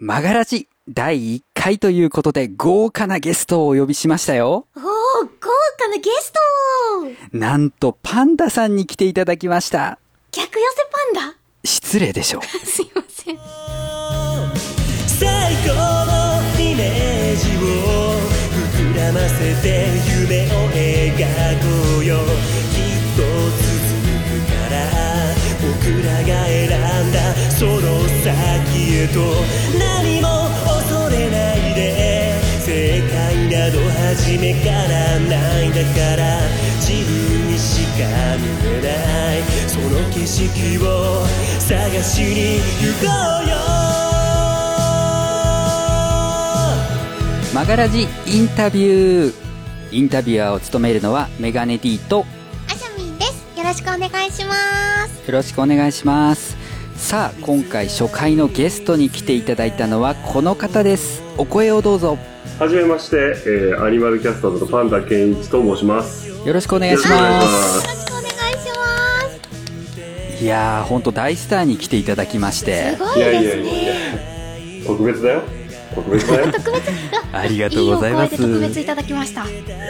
マガラジ第1回ということで豪華なゲストをお呼びしましたよ。 おー、豪華なゲスト。 なんとパンダさんに来ていただきました。 客寄せパンダ？ 失礼でしょう。 すいません。 最高のイメージを膨らませて夢を描こうよ。きっと続くから僕らが選んだその先へと。何も恐れないで、正解など初めからないんだから。自分にしか見えないその景色を探しに行こうよ。 マガラジインタビュー。インタビュアーを務めるのはメガネ D とあしゃみんです。よろしくお願いします。 よろしくお願いします。さあ今回初回のゲストに来ていただいたのはこの方です。お声をどうぞ。 はじめまして、アニマルキャスターズのパンダケンイチと申します。 よろしくお願いします。 よろしくお願いします。 いやーほんと大スターに来ていただきましてすごいですね。 特別だよ。特別だよ。 特別ありがとうございます。 いいお声で特別いただきました。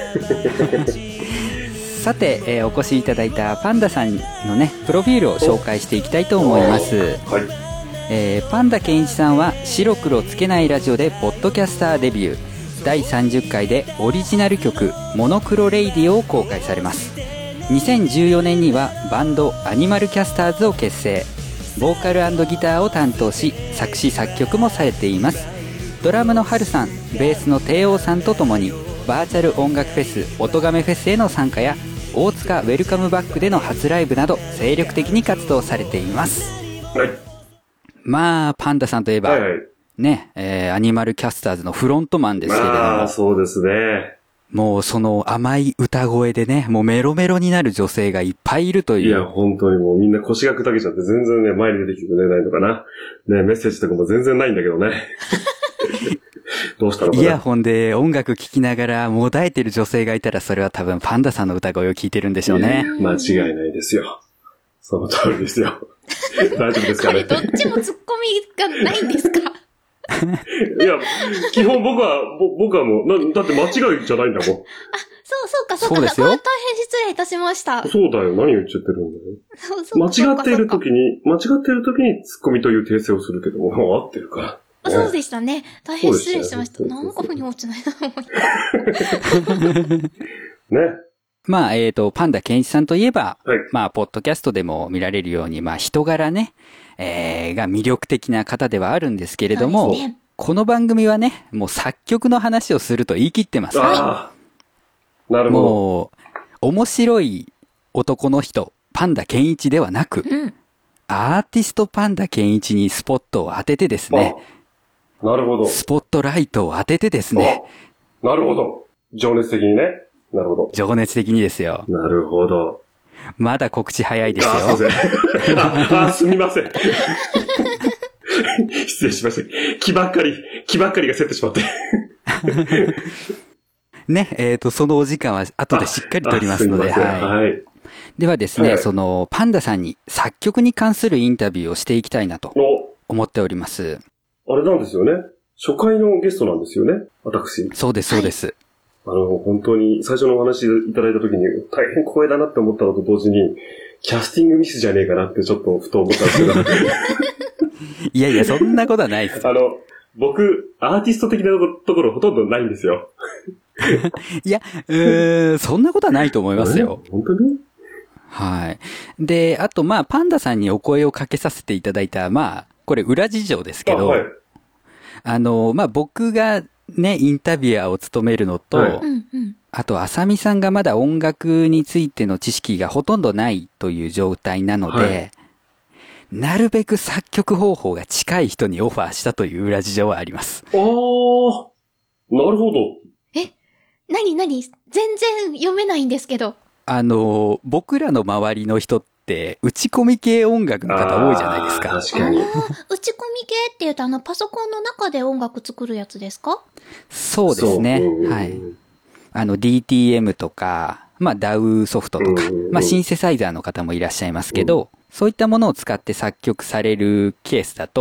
さて、お越しいただいたパンダさんのねプロフィールを紹介していきたいと思います。 はい。 パンダケンイチさんは白黒つけないラジオでポッドキャスターデビュー。第30回でオリジナル曲モノクロレイディオを公開されます。2014年にはバンドアニマルキャスターズを結成。ボーカル&ギターを担当し作詞作曲もされています。ドラムのハルさん、ベースの帝王さんとともにバーチャル音楽フェス音亀フェスへの参加や大塚ウェルカムバックでの初ライブなど精力的に活動されています。 はい。 まあパンダさんといえば、 はいはい。 ね、アニマルキャスターズのフロントマンですけれども、 ああ、そうですね。 もうその甘い歌声でね、もうメロメロになる女性がいっぱいいるという。 いや、本当にもうみんな腰が砕けちゃって全然ね、前に出てきてくれないのかな。ね、メッセージとかも全然ないんだけどね。どうしたのかな。 イヤホンで音楽聴きながらもだえてる女性がいたらそれは多分パンダさんの歌声を聞いてるんでしょうね。 間違いないですよ。その通りですよ。大丈夫ですかね。 これどっちもツッコミがないんですか？ いや、基本僕はもう、だって間違いじゃないんだもん。 そうか。 そうですよ大変失礼いたしました。 そうだよ。何を言っちゃってるんだよ。間違っている時にツッコミという訂正をするけども、もう合ってるから。 そうでしたね。大変失礼しました。なんかふに落ちないな。 ね。 まあ、パンダケンイチさんといえば、 はい。 まあ、ポッドキャストでも見られるように、まあ、人柄ね、が魅力的な方ではあるんですけれども、 ね、 この番組はね、もう作曲の話をすると言い切ってます。 ああ。なるほど。 もう、面白い男の人、パンダケンイチではなく、アーティストパンダケンイチにスポットを当ててですね、 なるほど。 スポットライトを当ててですね、 なるほど。情熱的にね。なるほど。 情熱的にですよ。 なるほど。 まだ告知早いですよ。 すみません。失礼しました。気ばっかりが競ってしまって。 ね、そのお時間は後でしっかり取りますので、はい。ではですね、その、パンダさんに作曲に関するインタビューをしていきたいなと思っております。 あれなんですよね。初回のゲストなんですよね。私。 そうです、そうです。 本当に最初のお話いただいた時に大変光栄だなって思ったのと同時に、キャスティングミスじゃねえかなってちょっとふと思ったんですけど。 いやいや、そんなことはないです。 僕、アーティスト的なところほとんどないんですよ。 いや、そんなことはないと思いますよ。 本当に？ はい。で、あと、まあ、パンダさんにお声をかけさせていただいた、まあ、これ裏事情ですけど、 はい、 まあ、僕がね、インタビュアーを務めるのと、はい、あと、あさみさんがまだ音楽についての知識がほとんどないという状態なので、はい、なるべく作曲方法が近い人にオファーしたという裏事情はあります。 あー、なるほど。 何全然読めないんですけど。 僕らの周りの人って、打ち込み系音楽の方多いじゃないですか。 確かに。 打ち込み系って言うとパソコンの中で音楽作るやつですか？ そうですね。はい。DTM とか、まあ DAW ソフトとか、まあシンセサイザーの方もいらっしゃいますけど、そういったものを使って作曲されるケースだと、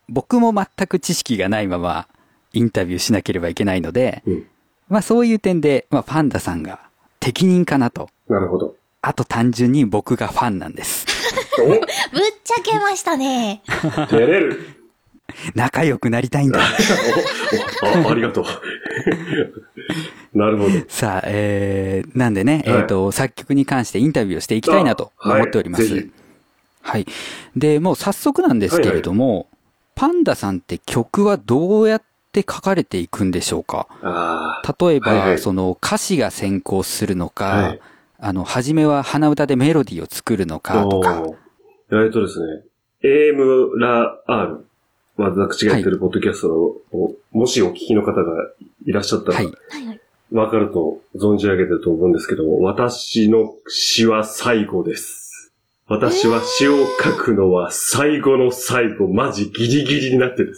僕も全く知識がないままインタビューしなければいけないので、 うん。 まあそういう点で、まあパンダさんが適任かなと。 なるほど。 あと単純に僕がファンなんです。 ぶっちゃけましたね。 照れる。 仲良くなりたいんだ。 ありがとう。なるほど。 さあ、なんでね、 はい作曲に関してインタビューをしていきたいなと思っております。 はいぜひはい。で、もう早速なんですけれども、パンダさんって曲はどうやって書かれていくんでしょうか？例えば、 はいはい、 その歌詞が先行するのか、 はい、 初めは鼻歌でメロディーを作るのかとか。 ですね、AM ラ R、私がやってるポッドキャストを、もしお聞きの方がいらっしゃったら、わかると存じ上げてると思うんですけども、私の詩は最後です。私は詩を書くのは最後の最後、マジギリギリになってです。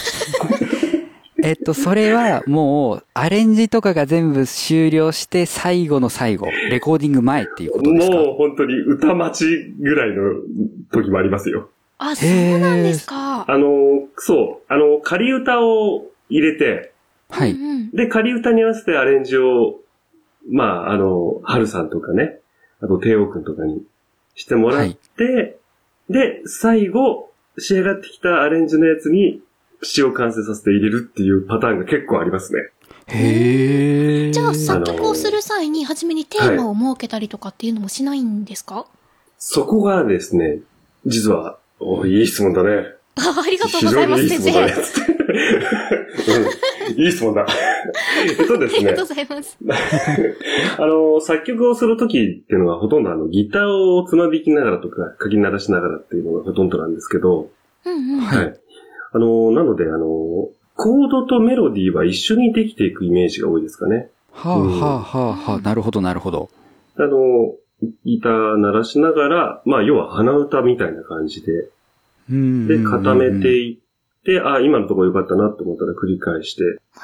それはもうアレンジとかが全部終了して最後の最後、レコーディング前っていうことですか？ もう本当に歌待ちぐらいの時もありますよ。 あ、そうなんですか。 そう、仮歌を入れて、 はい。 で、仮歌に合わせてアレンジを、はるさんとかね、あと、帝王くんとかにしてもらって、はい、で、最後、仕上がってきたアレンジのやつに、詩を完成させて入れるっていうパターンが結構ありますね。 へー。 じゃあ、作曲をする際に、初めにテーマを設けたりとかっていうのもしないんですか？はい、 そこがですね、実は、いい質問だね。 ありがとうございます、先生。 いい質問だ。ですね。 ありがとうございます。 作曲をするときっていうのはほとんどギターをつま弾きながらとか、かき鳴らしながらっていうのがほとんどなんですけど、はい。なので、コードとメロディーは一緒にできていくイメージが多いですかね。 はあ、はあ、はあ、はあ、なるほど、なるほど。 ギター鳴らしながら、要は鼻歌みたいな感じで、で、固めていって、今のところ良かったなと思ったら繰り返して、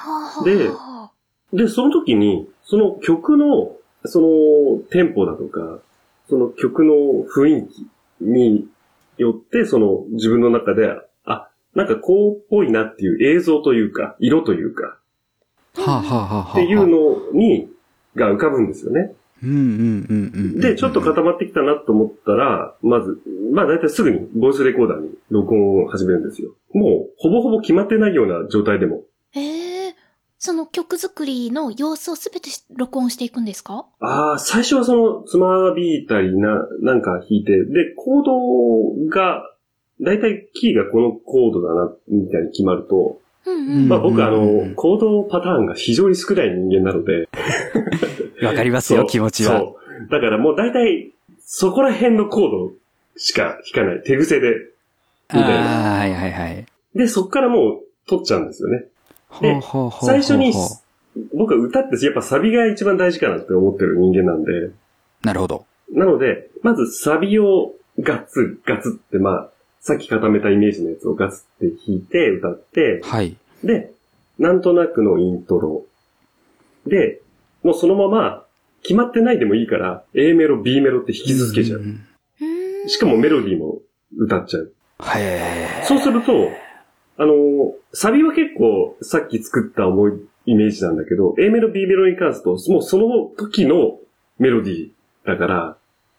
で、その時に、その曲の、テンポだとか、その曲の雰囲気によって、自分の中で、なんかこうっぽいなっていう映像というか、色というか、っていうのが浮かぶんですよね。で、ちょっと固まってきたなと思ったら、まず、だいたいすぐにボイスレコーダーに録音を始めるんですよ。もう、ほぼほぼ決まってないような状態でも。 その曲作りの様子をすべて録音していくんですか？ 最初はつま弾いたりなんか弾いて、で、コードが、だいたいキーがこのコードだな、みたいに決まると、僕コードパターンが非常に少ない人間なので。 わかりますよ、気持ちは。 そう。だからもうだいたいそこら辺のコードしか弾かない。手癖で。みたいな。 はいはいはい。 で、そっからもう取っちゃうんですよね。で、最初に、僕は歌ってやっぱサビが一番大事かなって思ってる人間なんで。 なるほど。 なので、まずサビをガツってさっき固めたイメージのやつをガツって弾いて歌って、 はい。 で、なんとなくのイントロ。で、もうそのまま決まってないでもいいから A メロ、B メロって弾き続けちゃう。しかもメロディーも歌っちゃう。そうすると、サビは結構さっき作った重いイメージなんだけど、A メロ、B メロに関すると、もうその時のメロディーだから、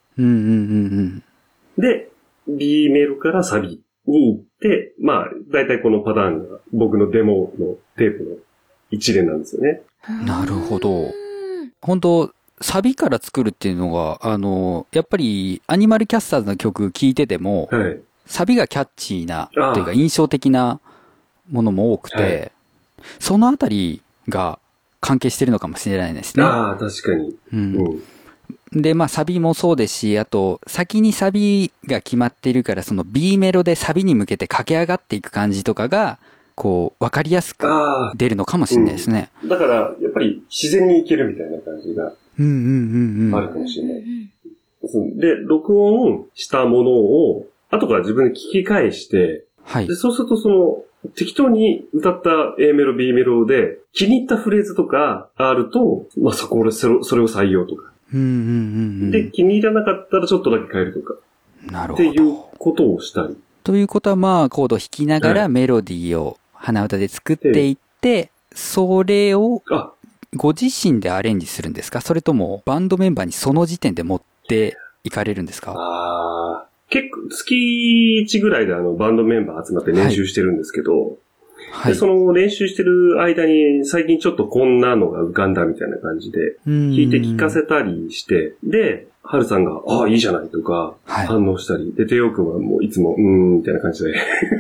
で、B メロからサビに行って、だいたいこのパターンが僕のデモのテープの一連なんですよね。 なるほど。本当サビから作るっていうのが、やっぱりアニマルキャスターズの曲聴いてても、はい、サビがキャッチーな、というか印象的なものも多くて、はい、そのあたりが関係してるのかもしれないですね。 確かに。 で、サビもそうですし、あと、先にサビが決まっているから、その B メロでサビに向けて駆け上がっていく感じとかが、わかりやすく出るのかもしれないですね。 だから、やっぱり自然にいけるみたいな感じが、あるかもしれない。で、録音したものを、後から自分で聞き返して、はい。で、そうすると適当に歌った A メロ、B メロで、気に入ったフレーズとかあると、それを採用とか。で、気に入らなかったらちょっとだけ変えるとか。 なるほど。 っていうことをしたりということはまあコードを弾きながはいらメロディーを鼻歌で作っていって、それをあ、 ご自身でアレンジするんですか？それともバンドメンバーにその時点で持っていかれるんですか？ 結構月1ぐらいでバンドメンバー集まって練習してるんですけど、 はい。 でその練習してる間に最近ちょっとこんなのが浮かんだみたいな感じで、弾いて聴かせたりして、で、ハルさんが、ああ、いいじゃないとか、 はい反応したり、で、テオ君はもういつも、みたいな感じで。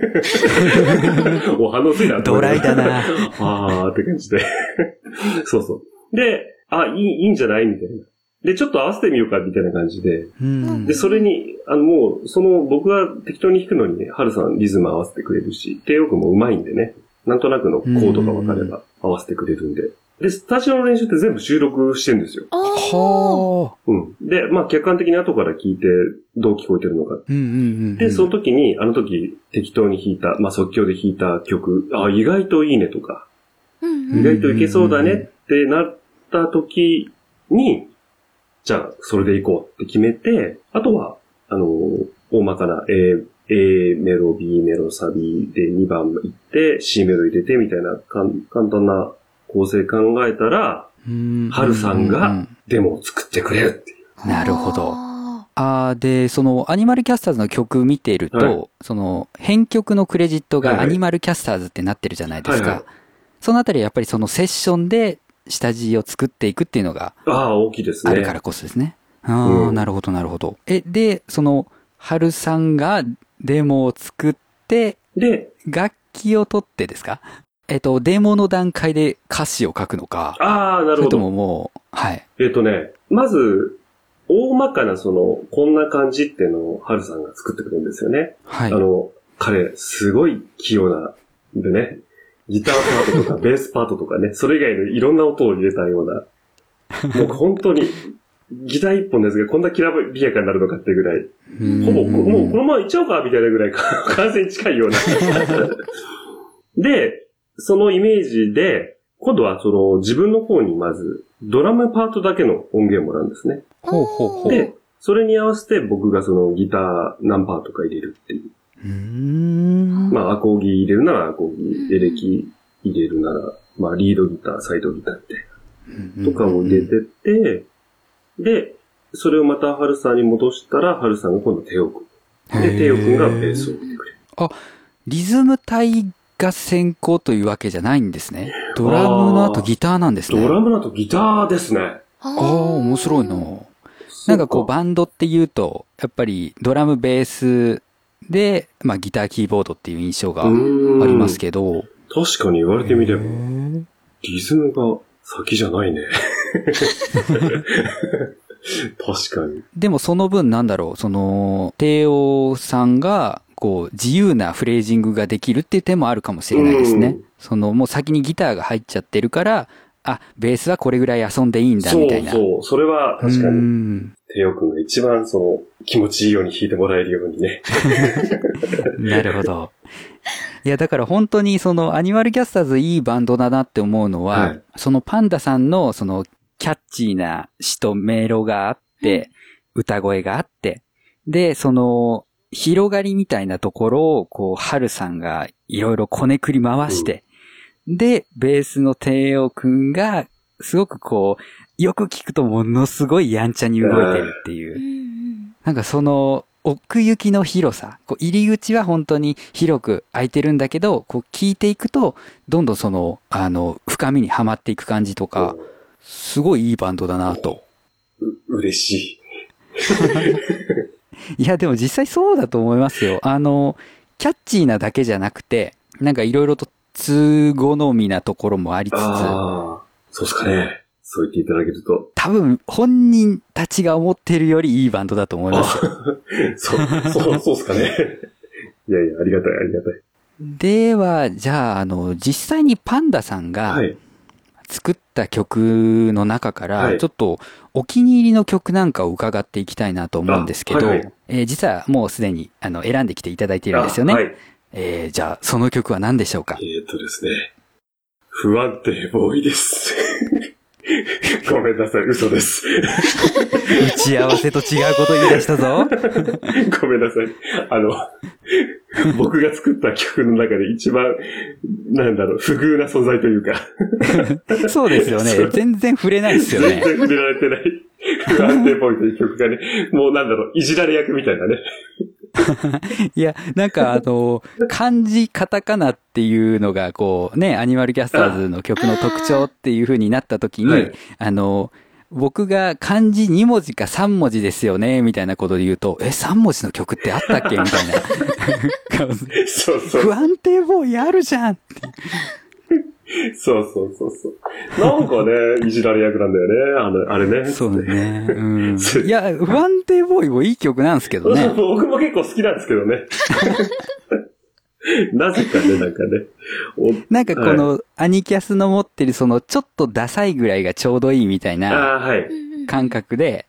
もう反応ついたドライだな。 あーって感じで。そうそう。で、いいんじゃないみたいな。で、ちょっと合わせてみようかみたいな感じで。 うんで、それに、もう、僕が適当に弾くのにね、ハルさんリズム合わせてくれるし、テオ君も上手いんでね、なんとなくのコードが分かれば合わせてくれるんで。で、スタジオの練習って全部収録してるんですよ。 はあ。 で、まあ、客観的に後から聞いて、どう聞こえてるのか。で、その時に、適当に弾いた、まあ、即興で弾いた曲、意外といいねとか、意外といけそうだねってなった時に、じゃあ、それで行こうって決めて、あとは、大まかな A メロ、B メロ、サビで2番行って、C メロ入れてみたいな簡単な構成考えたら、ハルさんがデモを作ってくれるっていう。 なるほど。で、そのアニマルキャスターズの曲見ていると、はい、その編曲のクレジットがアニマルキャスターズってなってるじゃないですか。はいはい、そのあたりはやっぱりそのセッションで下地を作っていくっていうのが、 大きいですね。 あるからこそですね。なるほど、なるほど。で、その、ハルさんがデモを作って、 で、 楽器を取ってですか？デモの段階で歌詞を書くのか。 なるほど。 それとももう、はい。 まず、大まかなこんな感じっていうのをハルさんが作ってくるんですよね。 はい。 彼、すごい器用なんでね、ギターパートとかベースパートとかね、それ以外のいろんな音を入れたような、もう本当に、ギター一本ですが、こんなきらびやかになるのかっていうぐらい、ほぼ、もうこのままいっちゃおうかみたいなぐらい完全に近いような。で、そのイメージで、今度は自分の方にまず、ドラムパートだけの音源をもらうんですね。で、それに合わせて僕がギター何パートか入れるっていう。まあ、アコギ入れるならアコギ、エレキ入れるなら、まあ、リードギター、サイドギターみたいな。とかを入れてって、で、それをまたハルさんに戻したら、ハルさんが今度テオ君。で、テオ君がベースを入れてくれる。 リズム体が先行というわけじゃないんですね。ドラムの後ギターなんですね。 ドラムの後ギターですね。 面白いな。なんかバンドって言うと、やっぱりドラム、ベースで、まあギター、キーボードっていう印象がありますけど。 確かに言われてみれば、リズムが先じゃないね。確かに。でもその分テオさんが、自由なフレージングができるっていう点もあるかもしれないですね。もう先にギターが入っちゃってるから、ベースはこれぐらい遊んでいいんだみたいな。そう。 それは確かに。テオ君が一番気持ちいいように弾いてもらえるようにね。 なるほど。いや、だから本当にアニマルキャスターズいいバンドだなって思うのは、はい、パンダさんのキャッチーな詩とメロがあって、歌声があって、で、広がりみたいなところを、ハルさんがいろいろこねくり回して、で、ベースのテオくんが、すごくよく聞くとものすごいやんちゃに動いてるっていう。なんか奥行きの広さ。入り口は本当に広く開いてるんだけど、聞いていくと、どんどん深みにはまっていく感じとか、すごいいいバンドだなと。 嬉しい。 いや、でも実際そうだと思いますよ。キャッチーなだけじゃなくて、なんかいろいろと通好みなところもありつつ。 そうですかね。そう言っていただけると。 多分、本人たちが思ってるよりいいバンドだと思いますよ。 そうですかね。いやいや、ありがたい。 では、じゃあ、実際にパンダさんが、作った曲の中から、ちょっとお気に入りの曲なんかを伺っていきたいなと思うんですけど、実はもうすでに選んできていただいているんですよね。じゃあ、その曲は何でしょうか？ ですね。不安定ボーイです。 ごめんなさい、嘘です。 打ち合わせと違うこと言い出したぞ。 ごめんなさい。僕が作った曲の中で一番、不遇な素材というか。 そうですよね。全然触れないですよね。 全然触れられてない。不安定ボーイという曲がね、もういじられ役みたいなね。 いや、漢字カタカナっていうのがこうね、アニマルキャスターズの曲の特徴っていう風になった時に、はい、僕が漢字2文字か3文字ですよね、みたいなことで言うと、3文字の曲ってあったっけみたいな。 そうそう。 不安定ボーイあるじゃんって。 そう。なんかね、いじられ役なんだよね、あれね。 そうね。うん。いや、不安定ボーイもいい曲なんですけどね。 僕も結構好きなんですけどね。なぜかね、 なんかこの、アニキャスの持ってるちょっとダサいぐらいがちょうどいいみたいな感覚で、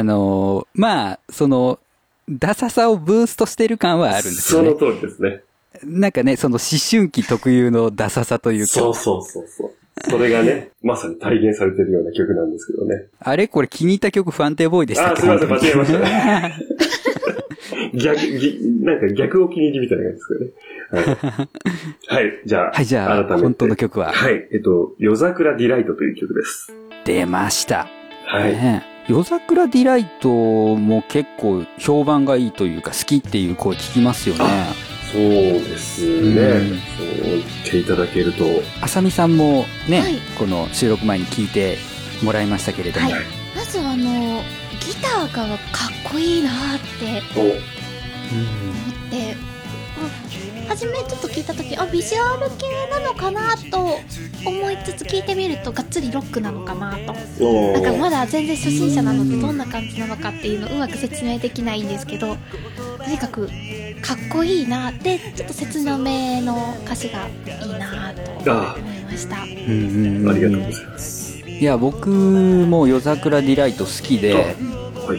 ダサさをブーストしてる感はあるんですよね。 その通りですね。 なんかね、思春期特有のダサさというか。 そう。それがね、まさに体現されてるような曲なんですけどね。 あれこれ気に入った曲不安定ボーイでしたっけ？ すいません、間違えましたね。逆お気に入りみたいな感じですかね。はい。じゃあ、 改めて。本当の曲は。 はい。夜桜ディライトという曲です。 出ました。 はい。 夜桜ディライトも結構評判がいいというか好きっていう声聞きますよね。 そうですね。そう言っていただけると。 あさみさんもね、はい、この収録前に聞いてもらいましたけれども。はい、 まずギターがかっこいいなって思って、初めちょっと聞いた時ビジュアル系なのかなと思いつつ聞いてみるとがっつりロックなのかなと、なんかまだ全然初心者なのでどんな感じなのかっていうのをうまく説明できないんですけど、とにかくかっこいいなで、ちょっと切なめの歌詞がいいなと思いました。 ありがとうございます。 いや、僕も夜桜ディライト好きで、 はい、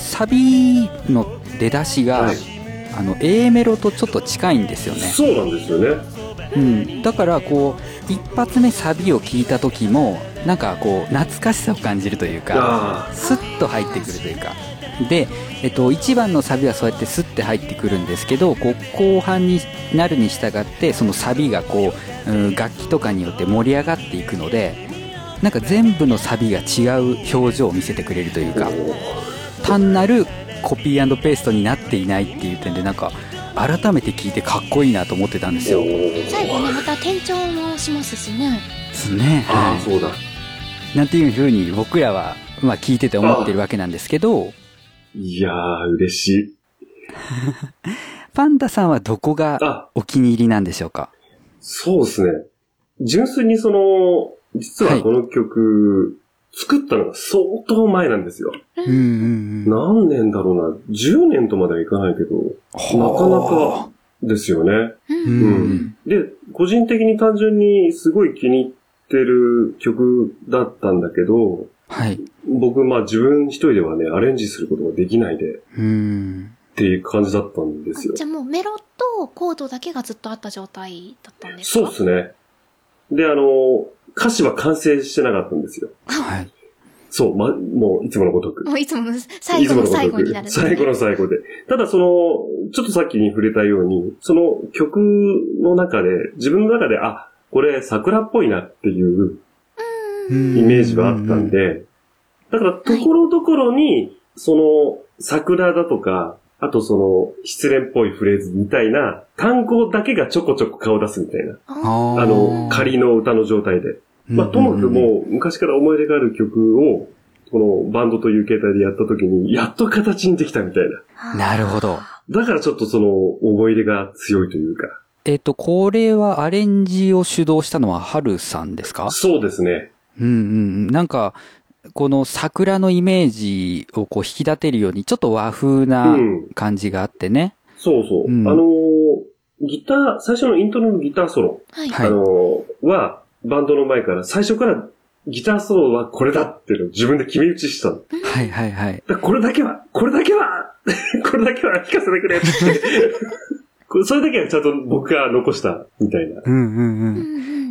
サビの出だしが、はい、A メロとちょっと近いんですよね。 そうなんですよね。 だからこう一発目サビを聞いた時もなんかこう懐かしさを感じるというか、スッと入ってくるというかで、1番のサビはそうやってスッて入ってくるんですけど、こう後半になるに従ってそのサビがこう、楽器とかによって盛り上がっていくので、なんか全部のサビが違う表情を見せてくれるというか、単なるコピー&ペーストになっていないっていう点で、なんか改めて聞いてかっこいいなと思ってたんですよ。 最後ね、また転調もしますしね。 ですね。 そうだ。 なんていう風に僕らは聞いてて思ってるわけなんですけど。 いやー、嬉しい。 パンダさんはどこがお気に入りなんでしょうか？ そうですね。純粋に実はこの曲、作ったのが相当前なんですよ。何年だろうな。10年とまではいかないけど、なかなかですよね。で、個人的に単純にすごい気に入ってる曲だったんだけど、 はい、 僕、自分一人ではね、アレンジすることができないで、っていう感じだったんですよ。 じゃあもうメロとコードだけがずっとあった状態だったんですか？ そうですね。で、歌詞は完成してなかったんですよ。 はい。 そう、もういつものごとく。 もういつもの最後の最後になる、ね。 最後の最後で。ただちょっとさっきに触れたように、その曲の中で、自分の中で、これ桜っぽいなっていうイメージがあったんで、だからところどころに、桜だとか、あと失恋っぽいフレーズみたいな単語だけがちょこちょこ顔出すみたいな。仮の歌の状態で。ともかくもう昔から思い入れがある曲を、このバンドという形態でやった時に、やっと形にできたみたいな。 なるほど。 だからちょっと思い入れが強いというか。 これはアレンジを主導したのはハルさんですか？ そうですね。 なんか、この桜のイメージをこう引き立てるように、ちょっと和風な感じがあってね。 そうそう。ギター、最初のイントロのギターソロ。は、バンドの前から、最初からギターソロはこれだっていうのを自分で決め打ちしたの。 はいはいはい。 これだけはこれだけは聴かせてくれって。それだけはちゃんと僕が残したみたいな。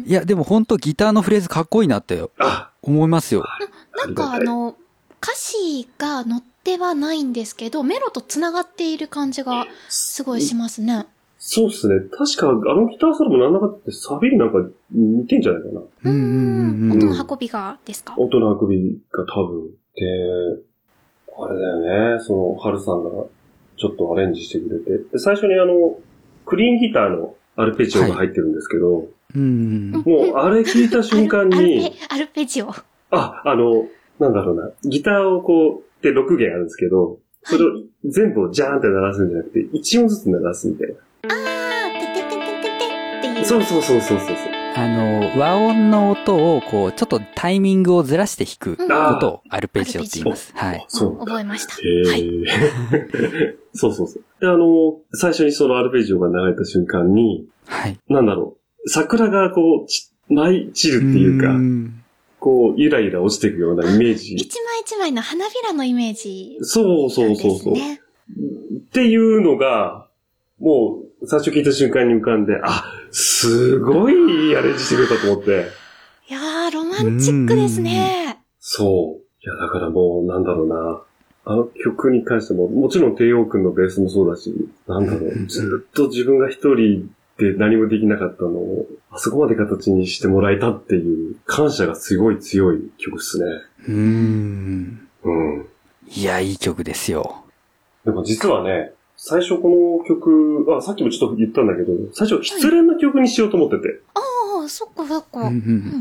いや、でも本当ギターのフレーズかっこいいなって思いますよ。 なんか歌詞が載ってはないんですけど、メロと繋がっている感じがすごいしますね。 そうっすね。確か、ギターソロもなんなかったサビになんか似てんじゃないかな。 音の運びがですか？ 音の運びが多分。で、あれだよね。ハルさんがちょっとアレンジしてくれて。で、最初にクリーンギターのアルペジオが入ってるんですけど、もうあれ聞いた瞬間に、 アルペジオ。 なんだろうな。ギターをで6弦あるんですけど、それを全部をジャーンって鳴らすんじゃなくて、1音ずつ鳴らすみたいな。 ててててててっていう。 そう。 和音の音をちょっとタイミングをずらして弾くことをアルペジオって言います。はい。 そう。覚えました。 はい。そう。で、最初にそのアルペジオが流れた瞬間に、 はい。 なんだろう。桜が舞い散るっていうか、ゆらゆら落ちていくようなイメージ。 一枚一枚の花びらのイメージ。 そう。っていうのが、もう、最初聞いた瞬間に浮かんで、すごいアレンジしてくれたと思って。 いやー、ロマンチックですね。 そう。いや、だからもう、なんだろうな。あの曲に関しても、もちろん帝王くんのベースもそうだし、なんだろう、ずっと自分が一人で何もできなかったのを、あそこまで形にしてもらえたっていう感謝がすごい強い曲ですね。 いや、いい曲ですよ。 でも実はね、最初この曲、さっきもちょっと言ったんだけど、最初失恋の曲にしようと思ってて。 そっか。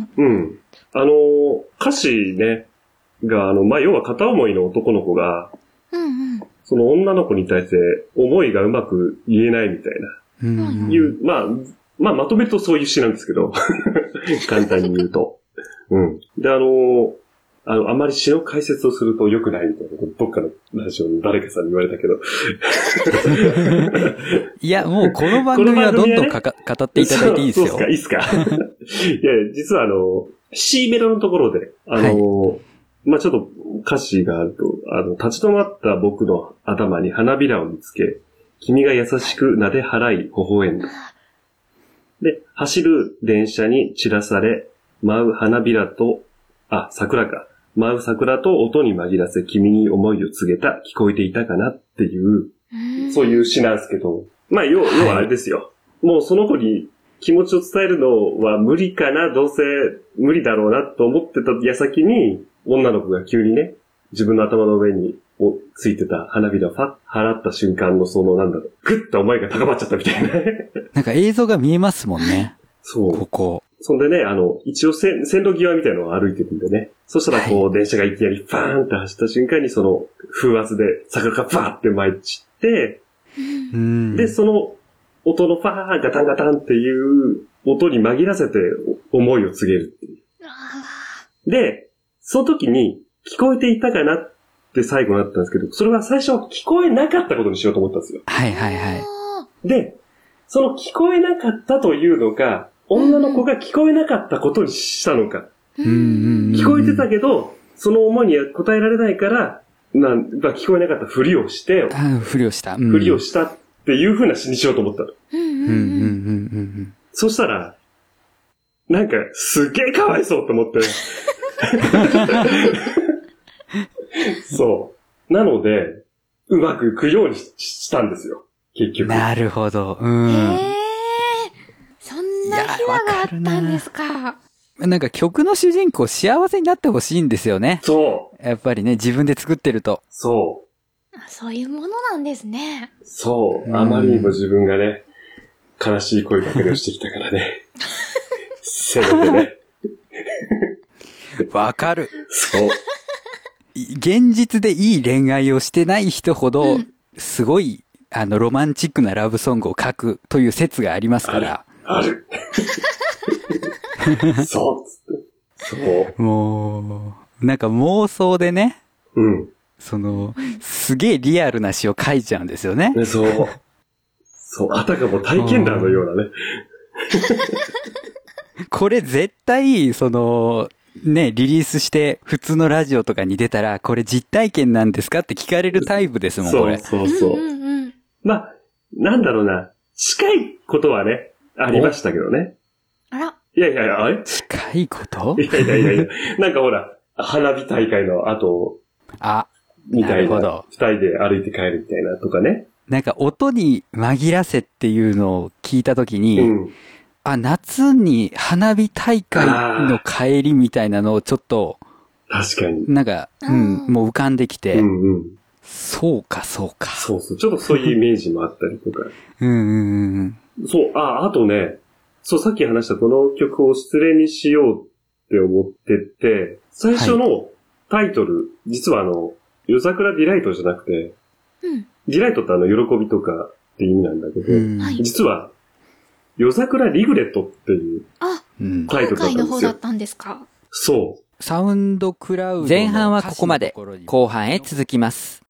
歌詞ね、が、要は片思いの男の子が、その女の子に対して思いがうまく言えないみたいな。まとめるとそういう詩なんですけど、簡単に言うと。で、あまり詩の解説をすると良くないみたいなこと、どっかのラジオの誰かさんに言われたけど。いや、もうこの番組はどんどん語っていただいていいですよ。 いいっすか。いや、実はC メロのところで、ちょっと歌詞があると、立ち止まった僕の頭に花びらを見つけ、君が優しく撫で払い微笑んだ。で、走る電車に散らされ、舞う花びらと、桜か。舞う桜と音に紛らせ君に思いを告げた、聞こえていたかなっていう、そういう詩なんですけど、要はあれですよ。もうその子に気持ちを伝えるのは無理かな、どうせ無理だろうなと思ってた矢先に、女の子が急にね、自分の頭の上についてた花びらを払った瞬間のぐっと思いが高まっちゃったみたいな。 なんか映像が見えますもんね。 そう。 ここ。 そんでね、一応線路際みたいなのを歩いてるんでね。そしたら電車がいきなりバーンって走った瞬間に風圧で桜がバーって舞い散って、で、その音のファーガタンガタンっていう音に紛らせて思いを告げるっていう。で、その時に聞こえていたかなって最後になったんですけど、それは最初は聞こえなかったことにしようと思ったんですよ。で、その聞こえなかったというのが、女の子が聞こえなかったことにしたのか。聞こえてたけど、その思いには応えられないから、聞こえなかったふりをして、 ふりをした。 ふりをしたっていう風な詩にしようと思ったの。そしたら、なんか、すっげえかわいそうと思って。そう。なので、うまくいくようにしたんですよ。結局。 なるほど。 そんな秘話があったんですか。 なんか曲の主人公幸せになってほしいんですよね。 そう。 やっぱりね、自分で作ってると。 そう。 そういうものなんですね。 そう。あまりにも自分がね、悲しい声ばかりをしてきたからね。せめてね。 わかる。 そう。 現実でいい恋愛をしてない人ほど、すごい、ロマンチックなラブソングを書くという説がありますから。 ある。そう。そう。 もう、なんか妄想でね。すげえリアルな詩を書いちゃうんですよね。 そう。そう。あたかも体験談のようなね。 これ絶対、ね、リリースして普通のラジオとかに出たら、これ実体験なんですかって聞かれるタイプですもん、これ。 そう。なんだろうな。近いことはね、ありましたけどね。 いやいやいや、あれ近いこと？ いやいやいやいや、なんかほら、花火大会の後、みたいな、二人で歩いて帰るみたいなとかね。 なんか音に紛らせっていうのを聞いたときに、夏に花火大会の帰りみたいなのをちょっと、 確かに。 なんか、もう浮かんできて、そうか。 そうそう。ちょっとそういうイメージもあったりとか。そう、あとね、そう、さっき話したこの曲を失恋にしようって思ってて、最初のタイトル、実は夜桜ディライトじゃなくて、ディライトって喜びとかって意味なんだけど、実は、夜桜リグレットっていうタイトルだったんですよ。 今回の方だったんですか？ そう。 サウンドクラウド。前半はここまで。後半へ続きます。